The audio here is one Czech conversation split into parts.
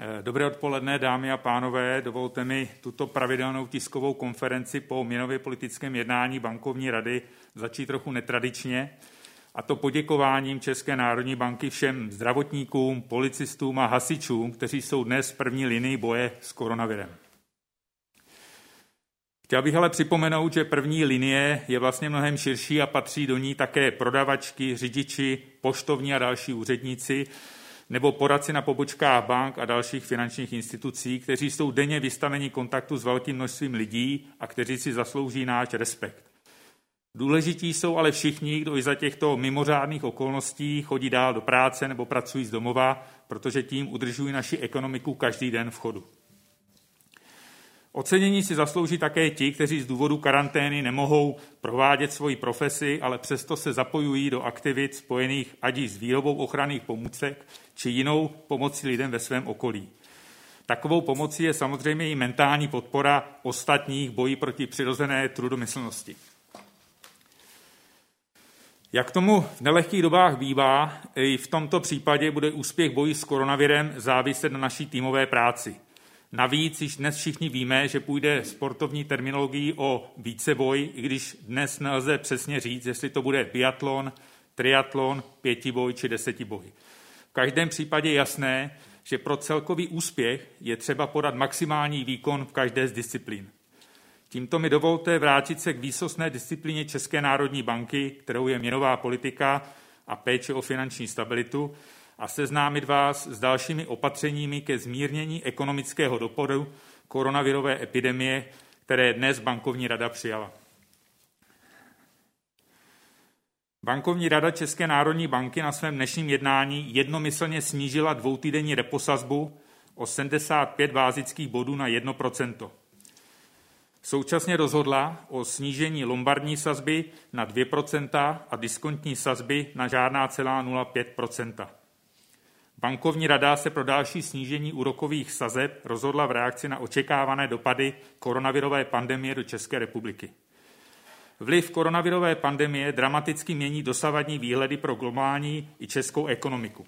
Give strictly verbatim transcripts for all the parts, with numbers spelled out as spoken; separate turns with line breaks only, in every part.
Dobré odpoledne, dámy a pánové. Dovolte mi tuto pravidelnou tiskovou konferenci po měnově politickém jednání bankovní rady začít trochu netradičně, a to poděkováním České národní banky všem zdravotníkům, policistům a hasičům, kteří jsou dnes v první linii boje s koronavirem. Chtěl bych ale připomenout, že první linie je vlastně mnohem širší a patří do ní také prodavačky, řidiči, poštovní a další úředníci, nebo poradci na pobočkách bank a dalších finančních institucí, kteří jsou denně vystaveni kontaktu s velkým množstvím lidí a kteří si zaslouží náš respekt. Důležití jsou ale všichni, kdo i za těchto mimořádných okolností chodí dál do práce nebo pracují z domova, protože tím udržují naši ekonomiku každý den v chodu. Ocenění si zaslouží také ti, kteří z důvodu karantény nemohou provádět svoji profesi, ale přesto se zapojují do aktivit spojených ať s výrobou ochranných pomůcek, či jinou pomocí lidem ve svém okolí. Takovou pomocí je samozřejmě i mentální podpora ostatních boji proti přirozené trudomyslnosti. Jak tomu v nelehkých dobách bývá, i v tomto případě bude úspěch boji s koronavirem záviset na naší týmové práci. Navíc již dnes všichni víme, že půjde sportovní terminologií o víceboj, i když dnes nelze přesně říct, jestli to bude biatlon, triatlon, pětiboj či desetiboj. V každém případě je jasné, že pro celkový úspěch je třeba podat maximální výkon v každé z disciplín. Tímto mi dovolte vrátit se k výsostné disciplíně České národní banky, kterou je měnová politika a péče o finanční stabilitu, a seznámit vás s dalšími opatřeními ke zmírnění ekonomického dopadu koronavirové epidemie, které dnes bankovní rada přijala. Bankovní rada České národní banky na svém dnešním jednání jednomyslně snížila dvoutýdenní reposazbu o sedmdesát pět bázických bodů na jedno procento. Současně rozhodla o snížení lombardní sazby na dvě procenta a diskontní sazby na žádná celá nula pět procenta. Bankovní rada se pro další snížení úrokových sazeb rozhodla v reakci na očekávané dopady koronavirové pandemie do České republiky. Vliv koronavirové pandemie dramaticky mění dosavadní výhledy pro globální i českou ekonomiku.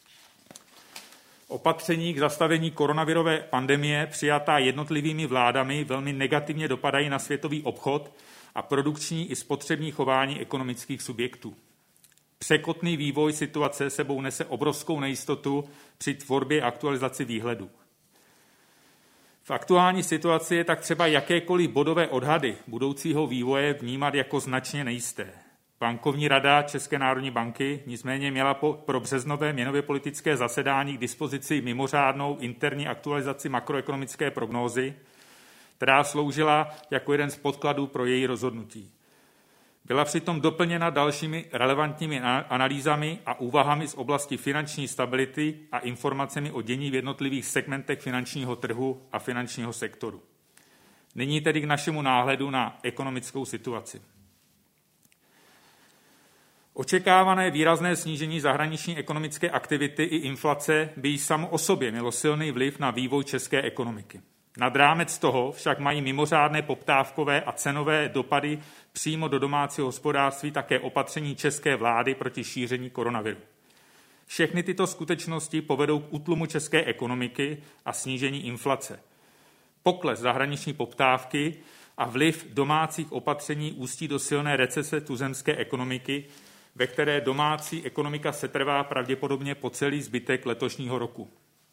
Opatření k zastavení koronavirové pandemie přijatá jednotlivými vládami velmi negativně dopadají na světový obchod a produkční i spotřební chování ekonomických subjektů. Překotný vývoj situace sebou nese obrovskou nejistotu při tvorbě a aktualizaci výhledů. V aktuální situaci je tak třeba jakékoliv bodové odhady budoucího vývoje vnímat jako značně nejisté. Bankovní rada České národní banky nicméně měla pro březnové měnově politické zasedání k dispozici mimořádnou interní aktualizaci makroekonomické prognózy, která sloužila jako jeden z podkladů pro její rozhodnutí. Byla přitom doplněna dalšími relevantními analýzami a úvahami z oblasti finanční stability a informacemi o dění v jednotlivých segmentech finančního trhu a finančního sektoru. Nyní tedy k našemu náhledu na ekonomickou situaci. Očekávané výrazné snížení zahraniční ekonomické aktivity i inflace by již samo o sobě mělo silný vliv na vývoj české ekonomiky. Nad rámec toho však mají mimořádné poptávkové a cenové dopady přímo do domácího hospodářství také opatření české vlády proti šíření koronaviru. Všechny tyto skutečnosti povedou k útlumu české ekonomiky a snížení inflace. Pokles zahraniční poptávky a vliv domácích opatření ústí do silné recese tuzemské ekonomiky, ve které domácí ekonomika setrvá pravděpodobně po celý zbytek letošního roku.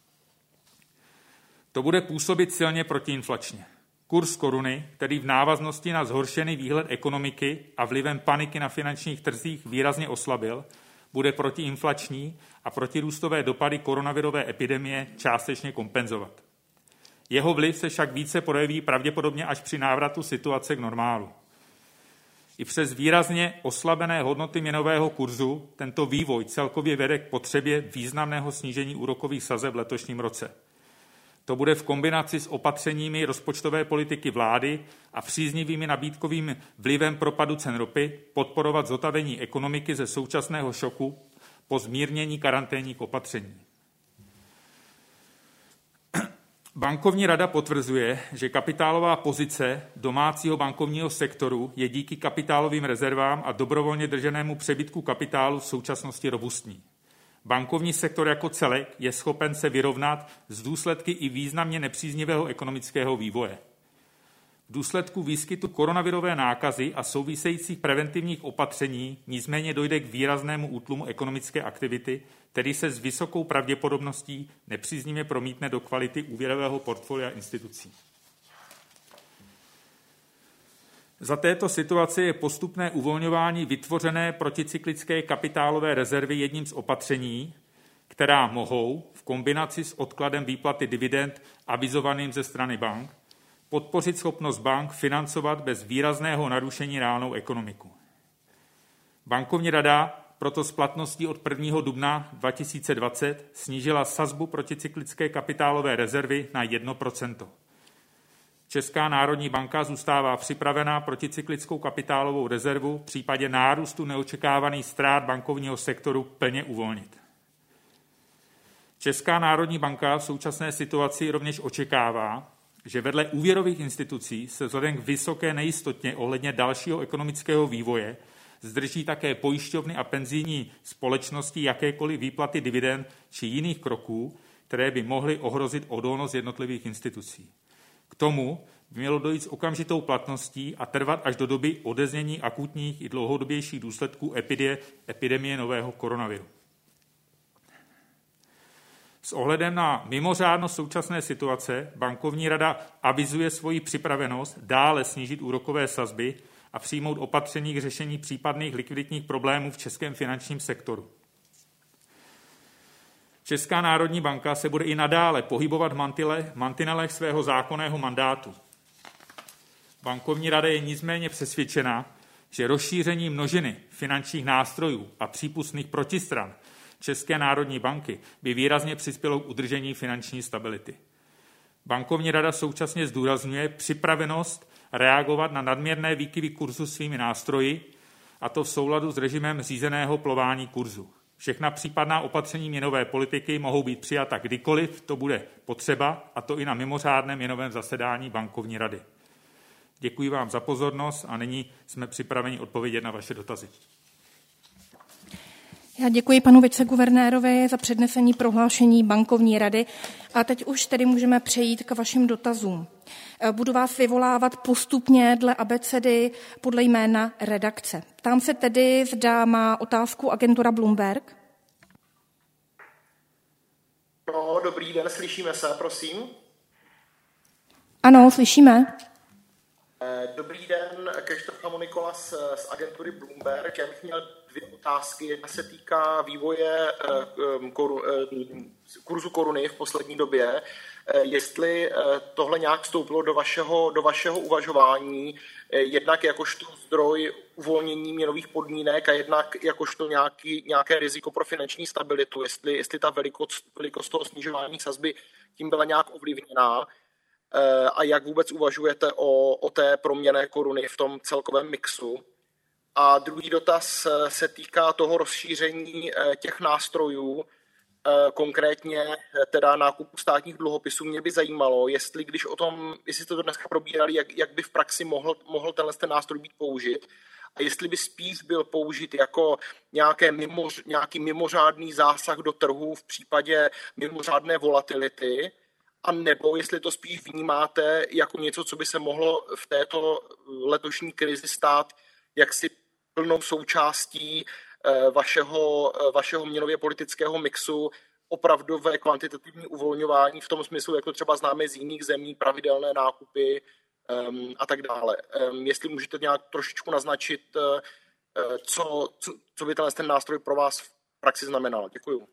To bude působit silně protiinflačně. Kurz koruny, který v návaznosti na zhoršený výhled ekonomiky a vlivem paniky na finančních trzích výrazně oslabil, bude protiinflační a protirůstové dopady koronavirové epidemie částečně kompenzovat. Jeho vliv se však více projeví pravděpodobně až při návratu situace k normálu. I přes výrazně oslabené hodnoty měnového kurzu tento vývoj celkově vede k potřebě významného snížení úrokových sazeb v letošním roce. To bude v kombinaci s opatřeními rozpočtové politiky vlády a příznivými nabídkovým vlivem propadu cen ropy podporovat zotavení ekonomiky ze současného šoku po zmírnění karanténních opatření. Bankovní rada potvrzuje, že kapitálová pozice domácího bankovního sektoru je díky kapitálovým rezervám a dobrovolně drženému přebytku kapitálu v současnosti robustní. Bankovní sektor jako celek je schopen se vyrovnat s důsledky i významně nepříznivého ekonomického vývoje. V důsledku výskytu koronavirové nákazy a souvisejících preventivních opatření nicméně dojde k výraznému útlumu ekonomické aktivity, který se s vysokou pravděpodobností nepříznivě promítne do kvality úvěrového portfolia institucí. Za této situace je postupné uvolňování vytvořené proticyklické kapitálové rezervy jedním z opatření, která mohou v kombinaci s odkladem výplaty dividend avizovaným ze strany bank podpořit schopnost bank financovat bez výrazného narušení reálnou ekonomiku. Bankovní rada proto s platností od prvního dubna dva tisíce dvacet snížila sazbu proticyklické kapitálové rezervy na jedno procento. Česká národní banka zůstává připravená proticyklickou kapitálovou rezervu v případě nárůstu neočekávaných ztrát bankovního sektoru plně uvolnit. Česká národní banka v současné situaci rovněž očekává, že vedle úvěrových institucí se vzhledem k vysoké nejistotě ohledně dalšího ekonomického vývoje zdrží také pojišťovny a penzijní společnosti jakékoliv výplaty dividend či jiných kroků, které by mohly ohrozit odolnost jednotlivých institucí. K tomu by mělo dojít s okamžitou platností a trvat až do doby odeznění akutních i dlouhodobějších důsledků epidemie, epidemie nového koronaviru. S ohledem na mimořádnost současné situace bankovní rada avizuje svoji připravenost dále snížit úrokové sazby a přijmout opatření k řešení případných likviditních problémů v českém finančním sektoru. Česká národní banka se bude i nadále pohybovat v mantinelech svého zákonného mandátu. Bankovní rada je nicméně přesvědčena, že rozšíření množiny finančních nástrojů a přípustných protistran České národní banky by výrazně přispělo k udržení finanční stability. Bankovní rada současně zdůrazňuje připravenost reagovat na nadměrné výkyvy kurzu svými nástroji, a to v souladu s režimem řízeného plování kurzu. Všechna případná opatření měnové politiky mohou být přijata kdykoliv to bude potřeba, a to i na mimořádném měnovém zasedání bankovní rady. Děkuji vám za pozornost a nyní jsme připraveni odpovědět na vaše dotazy.
Já děkuji panu viceguvernérovi za přednesení prohlášení bankovní rady a teď už tedy můžeme přejít k vašim dotazům. Budu vás vyvolávat postupně dle abecedy podle jména redakce. Ptám se tedy, zda má otázku agentura Bloomberg.
No, dobrý den, slyšíme se, prosím.
Ano, slyšíme.
Dobrý den, Krištof Nikolas z agentury Bloomberg. Já bych měl dvě otázky. Jedna se týká vývoje kurzu koruny v poslední době. Jestli tohle nějak vstoupilo do vašeho, do vašeho uvažování, jednak jakožto zdroj uvolnění měnových podmínek a jednak jakožto nějaký, nějaké riziko pro finanční stabilitu, jestli, jestli ta velikost, velikost toho snižování sazby tím byla nějak ovlivněná. A jak vůbec uvažujete o, o té proměnné koruny v tom celkovém mixu. A druhý dotaz se týká toho rozšíření těch nástrojů, konkrétně teda nákupu státních dluhopisů. Mě by zajímalo, jestli když o tom, jestli jste to dneska probírali, jak, jak by v praxi mohl, mohl tenhle ten nástroj být použit a jestli by spíš byl použit jako nějaké mimo, nějaký mimořádný zásah do trhu v případě mimořádné volatility, a nebo jestli to spíš vnímáte jako něco, co by se mohlo v této letošní krizi stát jaksi plnou součástí vašeho, vašeho měnově politického mixu, opravdové kvantitativní uvolňování v tom smyslu, jak to třeba známe z jiných zemí, pravidelné nákupy um, a tak dále. Um, jestli můžete nějak trošičku naznačit, uh, co, co, co by ten nástroj pro vás v praxi znamenal. Děkuju.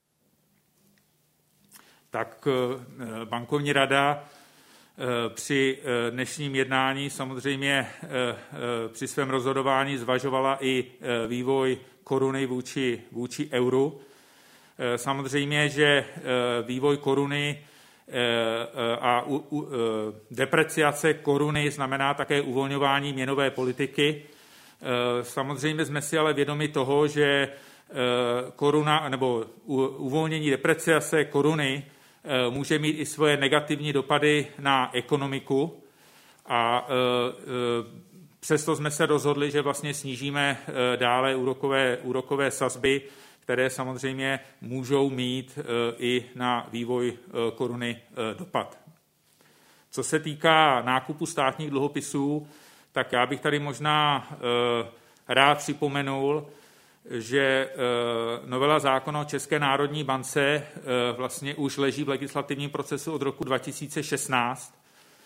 Tak bankovní rada při dnešním jednání samozřejmě při svém rozhodování zvažovala i vývoj koruny vůči, vůči euru. Samozřejmě, že vývoj koruny a depreciace koruny znamená také uvolňování měnové politiky. Samozřejmě jsme si ale vědomi toho, že koruna nebo uvolnění depreciace koruny může mít i svoje negativní dopady na ekonomiku a přesto jsme se rozhodli, že vlastně snížíme dále úrokové, úrokové sazby které samozřejmě můžou mít i na vývoj koruny dopad. Co se týká nákupu státních dluhopisů, tak já bych tady možná rád připomenul, že novela zákona o České národní bance vlastně už leží v legislativním procesu od roku dva tisíce šestnáct.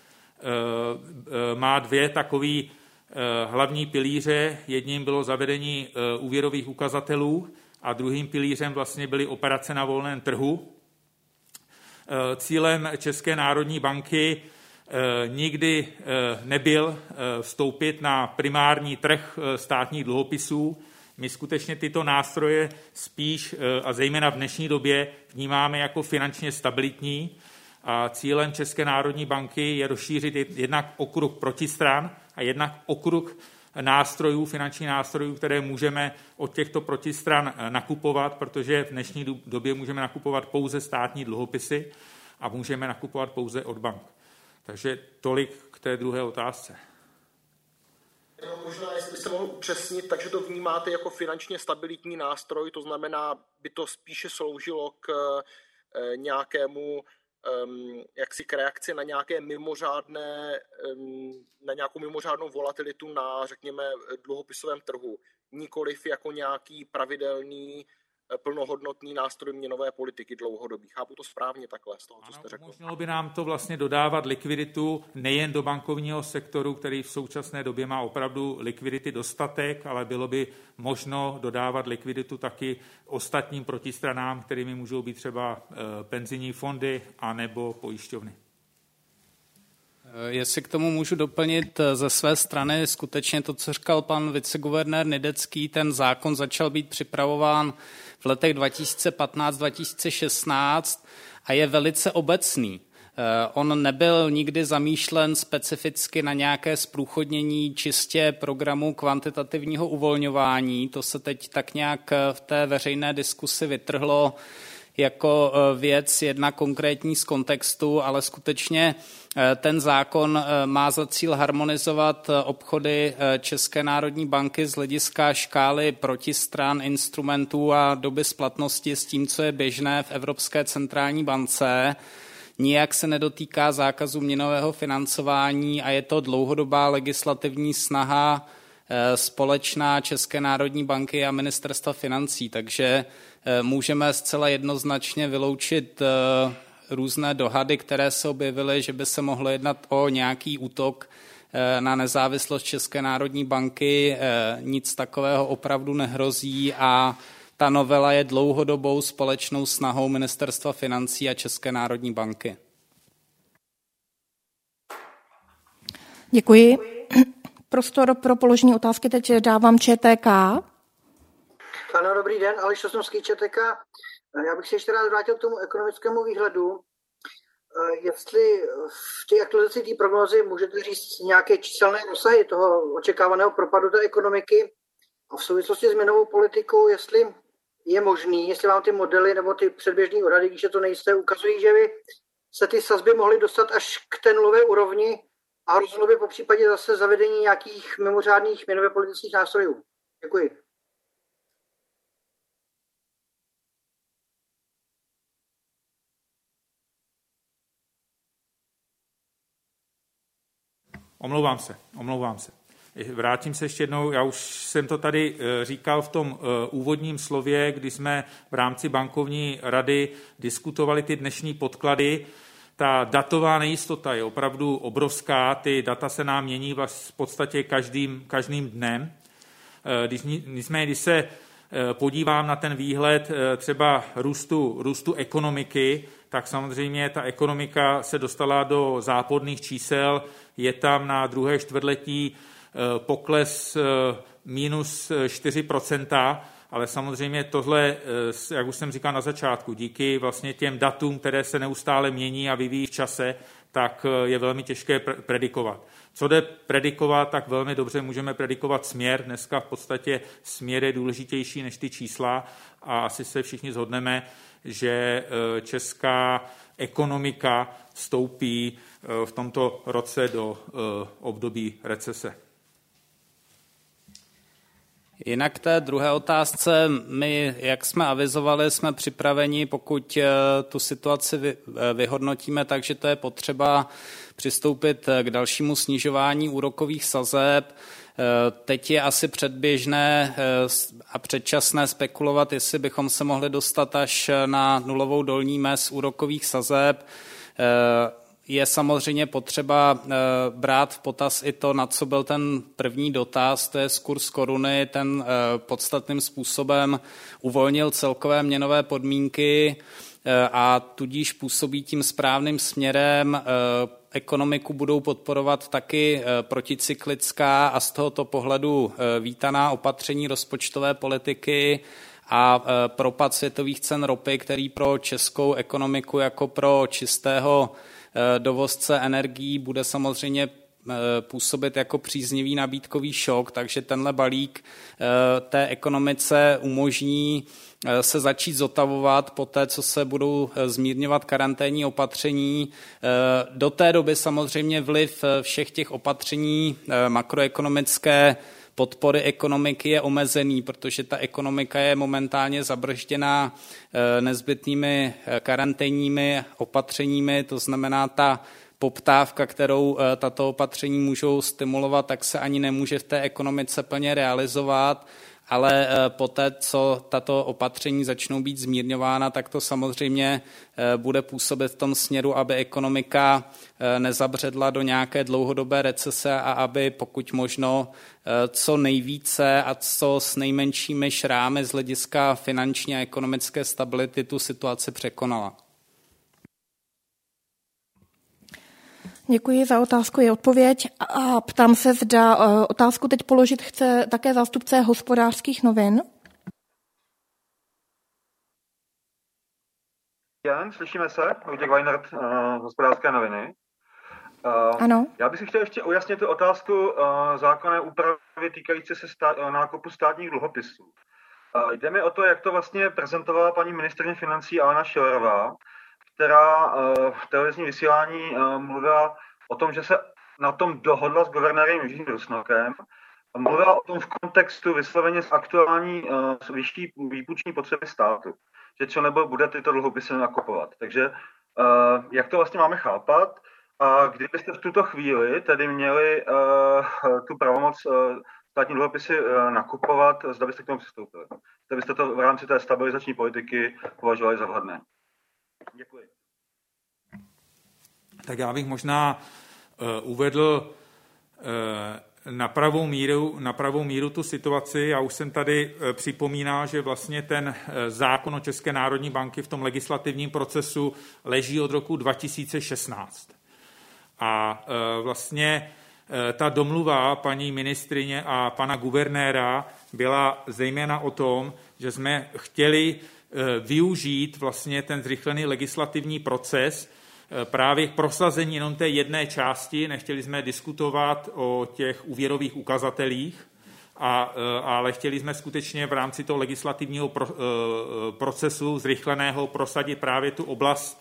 Má dvě takové hlavní pilíře. Jedním bylo zavedení úvěrových ukazatelů a druhým pilířem vlastně byly operace na volném trhu. Cílem České národní banky nikdy nebyl vstoupit na primární trh státních dluhopisů. My skutečně tyto nástroje spíš a zejména v dnešní době vnímáme jako finančně stabilitní a cílem České národní banky je rozšířit jednak okruh protistran a jednak okruh nástrojů, finančních nástrojů, které můžeme od těchto protistran nakupovat, protože v dnešní době můžeme nakupovat pouze státní dluhopisy a můžeme nakupovat pouze od bank. Takže tolik k té druhé otázce.
No, možná, jestli byste mohl upřesnit, takže to vnímáte jako finančně stabilitní nástroj, to znamená, by to spíše sloužilo k e, nějakému Um, jaksi k reakci na nějaké mimořádné, um, na nějakou mimořádnou volatilitu na, řekněme, dluhopisovém trhu. Nikoliv jako nějaký pravidelný, plnohodnotný nástroj měnové politiky dlouhodobý. Chápu to správně takhle z toho, co jste řekl.
Umožnilo by nám to vlastně dodávat likviditu nejen do bankovního sektoru, který v současné době má opravdu likvidity dostatek, ale bylo by možno dodávat likviditu taky ostatním protistranám, kterými můžou být třeba penzijní fondy anebo pojišťovny.
Jestli k tomu můžu doplnit ze své strany, skutečně to, co říkal pan viceguvernér Nedecký, ten zákon začal být připravován v letech dva tisíce patnáct dva tisíce šestnáct a je velice obecný. On nebyl nikdy zamýšlen specificky na nějaké zprůchodnění čistě programu kvantitativního uvolňování. To se teď tak nějak v té veřejné diskusi vytrhlo jako věc jedna konkrétní z kontextu, ale skutečně ten zákon má za cíl harmonizovat obchody České národní banky z hlediska škály protistran, instrumentů a doby splatnosti s tím, co je běžné v Evropské centrální bance. Nijak se nedotýká zákazu měnového financování a je to dlouhodobá legislativní snaha společná České národní banky a ministerstva financí, takže můžeme zcela jednoznačně vyloučit různé dohady, které se objevily, že by se mohlo jednat o nějaký útok na nezávislost České národní banky. Nic takového opravdu nehrozí a ta novela je dlouhodobou společnou snahou ministerstva financí a České národní banky.
Děkuji. Prostor pro položení otázky teď dávám ČTK.
Ano, dobrý den, Aleš Sosnovský, ČTK. Já bych se ještě rád vrátil k tomu ekonomickému výhledu. Jestli v té aktualizaci té prognózy můžete říct nějaké číselné dosahy toho očekávaného propadu té ekonomiky a v souvislosti s měnovou politikou, jestli je možný, jestli vám ty modely nebo ty předběžné odhady, když je to nejisté, ukazují, že by se ty sazby mohly dostat až k té nulové úrovni a hrozilo by po případě zase zavedení nějakých mimořádných měnově politických nástrojů. Děkuji.
Omlouvám se, omlouvám se. Vrátím se ještě jednou, já už jsem to tady říkal v tom úvodním slově, kdy jsme v rámci bankovní rady diskutovali ty dnešní podklady. Ta datová nejistota je opravdu obrovská, ty data se nám mění v podstatě každým, každým dnem. Když, nicméně, když se podívám na ten výhled třeba růstu, růstu ekonomiky, tak samozřejmě ta ekonomika se dostala do záporných čísel, je tam na druhé čtvrtletí pokles minus čtyři procenta, ale samozřejmě tohle, jak už jsem říkal na začátku, díky vlastně těm datům, které se neustále mění a vyvíjí v čase, tak je velmi těžké predikovat. Co jde predikovat, tak velmi dobře můžeme predikovat směr. Dneska v podstatě směr je důležitější než ty čísla a asi se všichni shodneme, že česká ekonomika vstoupí v tomto roce do období recese.
Jinak k té druhé otázce, my, jak jsme avizovali, jsme připraveni, pokud tu situaci vyhodnotíme tak, že to je potřeba přistoupit k dalšímu snižování úrokových sazeb. Teď je asi předběžné a předčasné spekulovat, jestli bychom se mohli dostat až na nulovou dolní mez úrokových sazeb. Je samozřejmě potřeba brát v potaz i to, na co byl ten první dotaz, to je kurz koruny, ten podstatným způsobem uvolnil celkové měnové podmínky a tudíž působí tím správným směrem. Ekonomiku budou podporovat taky proticyklická a z tohoto pohledu vítaná opatření rozpočtové politiky a propad světových cen ropy, který pro českou ekonomiku jako pro čistého dovozce energií bude samozřejmě působit jako příznivý nabídkový šok, takže tenhle balík té ekonomice umožní se začít zotavovat po té, co se budou zmírňovat karanténní opatření. Do té doby samozřejmě vliv všech těch opatření makroekonomické podpory ekonomiky je omezený, protože ta ekonomika je momentálně zabržděná nezbytnými karanténními opatřeními, to znamená ta poptávka, kterou tato opatření můžou stimulovat, tak se ani nemůže v té ekonomice plně realizovat, ale poté, co tato opatření začnou být zmírňována, tak to samozřejmě bude působit v tom směru, aby ekonomika nezabředla do nějaké dlouhodobé recese a aby pokud možno co nejvíce a co s nejmenšími šrámy z hlediska finanční a ekonomické stability tu situaci překonala.
Děkuji za otázku i odpověď a ptám se, zda otázku teď položit chce také zástupce Hospodářských novin.
Jen, slyšíme se? Vojtěch Weinert, uh, Hospodářské noviny. Uh,
ano.
Já bych si chtěl ještě ujasnit tu otázku uh, zákonné úpravy týkající se stá- uh, nákupu státních dluhopisů. Uh, jde mi o to, jak to vlastně prezentovala paní ministryně financí Alena Schillerová, která uh, v televizním vysílání uh, mluvila o tom, že se na tom dohodla s guvernérem Jiřím Rusnokem. Mluvila o tom v kontextu vysloveně s aktuální uh, vyšší výpůjční potřeby státu. Že čo nebo bude tyto dluhopisy nakupovat. Takže uh, jak to vlastně máme chápat? A kdybyste v tuto chvíli tedy měli uh, tu pravomoc uh, státní dluhopisy uh, nakupovat, zda byste k tomu přistoupili? Zda byste to v rámci té stabilizační politiky považovali za vhodné? Děkuji.
Tak já bych možná uh, uvedl uh, na pravou míru, na pravou míru tu situaci. Já už jsem tady uh, připomínal, že vlastně ten uh, zákon o České národní banky v tom legislativním procesu leží od roku dva tisíce šestnáct. A uh, vlastně uh, ta domluva paní ministryně a pana guvernéra byla zejména o tom, že jsme chtěli uh, využít vlastně ten zrychlený legislativní proces právě k prosazení jenom té jedné části. Nechtěli jsme diskutovat o těch úvěrových ukazatelích, a, ale chtěli jsme skutečně v rámci toho legislativního pro, procesu zrychleného prosadit právě tu oblast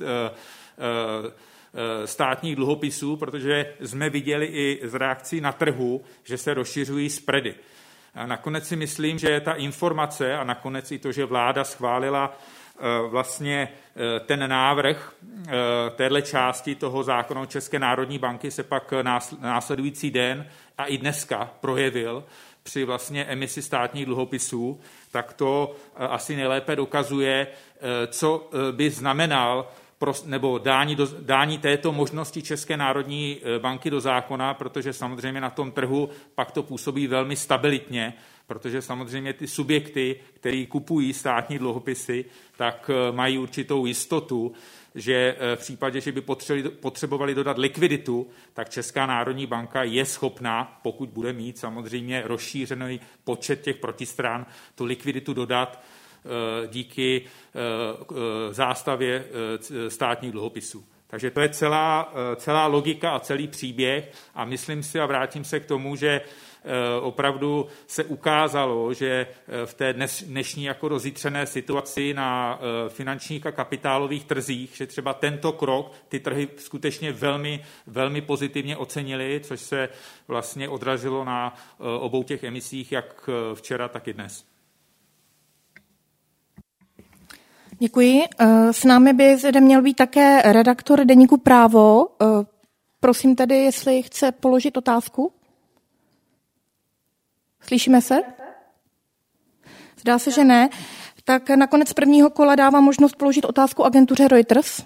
státních dluhopisů, protože jsme viděli i z reakcí na trhu, že se rozšiřují spready. A nakonec si myslím, že ta informace a nakonec i to, že vláda schválila vlastně ten návrh téhle části toho zákona České národní banky se pak následující den a i dneska projevil při vlastně emisi státních dluhopisů, tak to asi nejlépe dokazuje, co by znamenal nebo dání, do, dání této možnosti České národní banky do zákona, protože samozřejmě na tom trhu pak to působí velmi stabilitně, protože samozřejmě ty subjekty, které kupují státní dluhopisy, tak mají určitou jistotu, že v případě, že by potřebovali dodat likviditu, tak Česká národní banka je schopná, pokud bude mít samozřejmě rozšířený počet těch protistran, tu likviditu dodat díky zástavě státních dluhopisů. Takže to je celá, celá logika a celý příběh a myslím si a vrátím se k tomu, že opravdu se ukázalo, že v té dnes, dnešní jako rozjitřené situaci na finančních a kapitálových trzích, že třeba tento krok ty trhy skutečně velmi, velmi pozitivně ocenily, což se vlastně odrazilo na obou těch emisích, jak včera, tak i dnes.
Děkuji. S námi by zde měl být také redaktor deníku Právo. Prosím tedy, jestli chce položit otázku. Slyšíme se? Zdá se, že ne. Tak nakonec prvního kola dávám možnost položit otázku agentuře Reuters.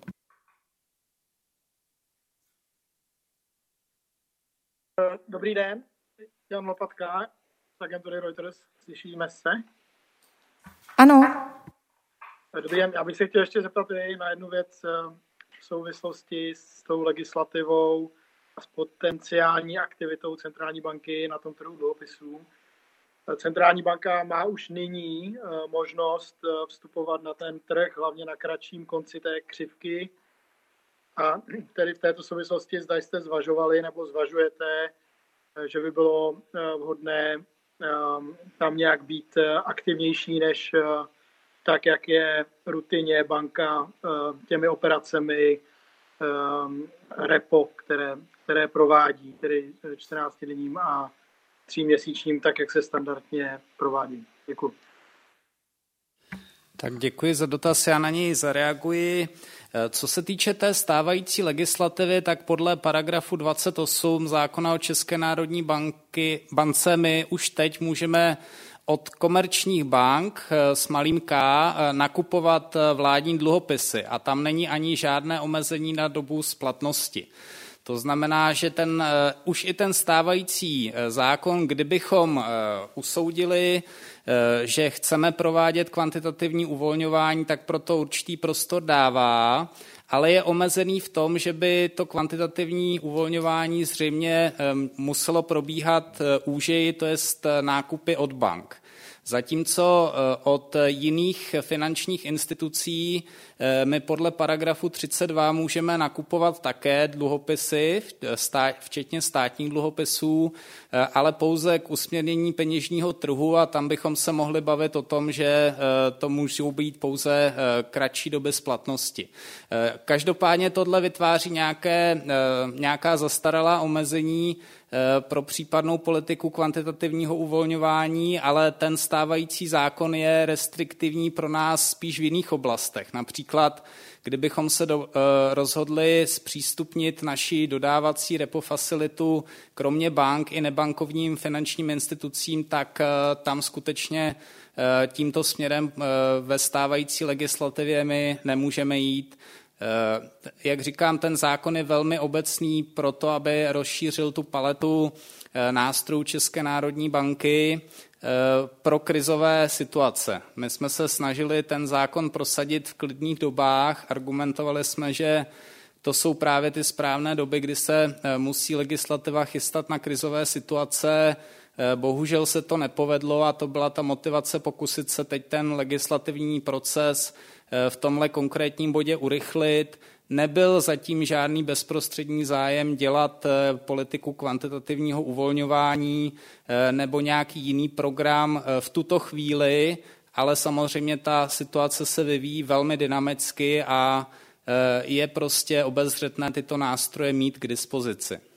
Dobrý den, Jan Lopatka z agentury Reuters. Slyšíme se?
Ano.
Dobrý den, já bych se chtěl ještě zeptat i na jednu věc v souvislosti s tou legislativou a s potenciální aktivitou centrální banky na tom trhu dluhopisů. Centrální banka má už nyní možnost vstupovat na ten trh, hlavně na kratším konci té křivky. A tedy v této souvislosti zda jste zvažovali nebo zvažujete, že by bylo vhodné tam nějak být aktivnější než tak, jak je rutině banka těmi operacemi repo, které, které provádí, tedy čtrnáctidenním a tříměsíčním, tak, jak se standardně provádí. Děkuji.
Tak děkuji za dotaz, já na něj zareaguji. Co se týče té stávající legislativy, tak podle paragrafu dvacet osm zákona o České národní banky, bance my už teď můžeme od komerčních bank s malým K nakupovat vládní dluhopisy a tam není ani žádné omezení na dobu splatnosti. To znamená, že ten, už i ten stávající zákon, kdybychom usoudili, že chceme provádět kvantitativní uvolňování, tak proto určitý prostor dává, ale je omezený v tom, že by to kvantitativní uvolňování zřejmě muselo probíhat úžeji, to jest nákupy od bank. Zatímco od jiných finančních institucí my podle paragrafu třicet dva můžeme nakupovat také dluhopisy, včetně státních dluhopisů, ale pouze k usměrnění peněžního trhu a tam bychom se mohli bavit o tom, že to můžou být pouze kratší doby splatnosti. Každopádně tohle vytváří nějaké, nějaká zastaralá omezení pro případnou politiku kvantitativního uvolňování, ale ten stávající zákon je restriktivní pro nás spíš v jiných oblastech. Například, kdybychom se do, rozhodli zpřístupnit naši dodávací repo facilitu kromě bank i nebankovním finančním institucím, tak tam skutečně tímto směrem ve stávající legislativě my nemůžeme jít. Jak říkám, ten zákon je velmi obecný proto, aby rozšířil tu paletu nástrojů České národní banky pro krizové situace. My jsme se snažili ten zákon prosadit v klidných dobách, argumentovali jsme, že to jsou právě ty správné doby, kdy se musí legislativa chystat na krizové situace. Bohužel se to nepovedlo a to byla ta motivace pokusit se teď ten legislativní proces v tomhle konkrétním bodě urychlit. Nebyl zatím žádný bezprostřední zájem dělat politiku kvantitativního uvolňování nebo nějaký jiný program v tuto chvíli, ale samozřejmě ta situace se vyvíjí velmi dynamicky a je prostě obezřetné tyto nástroje mít k dispozici.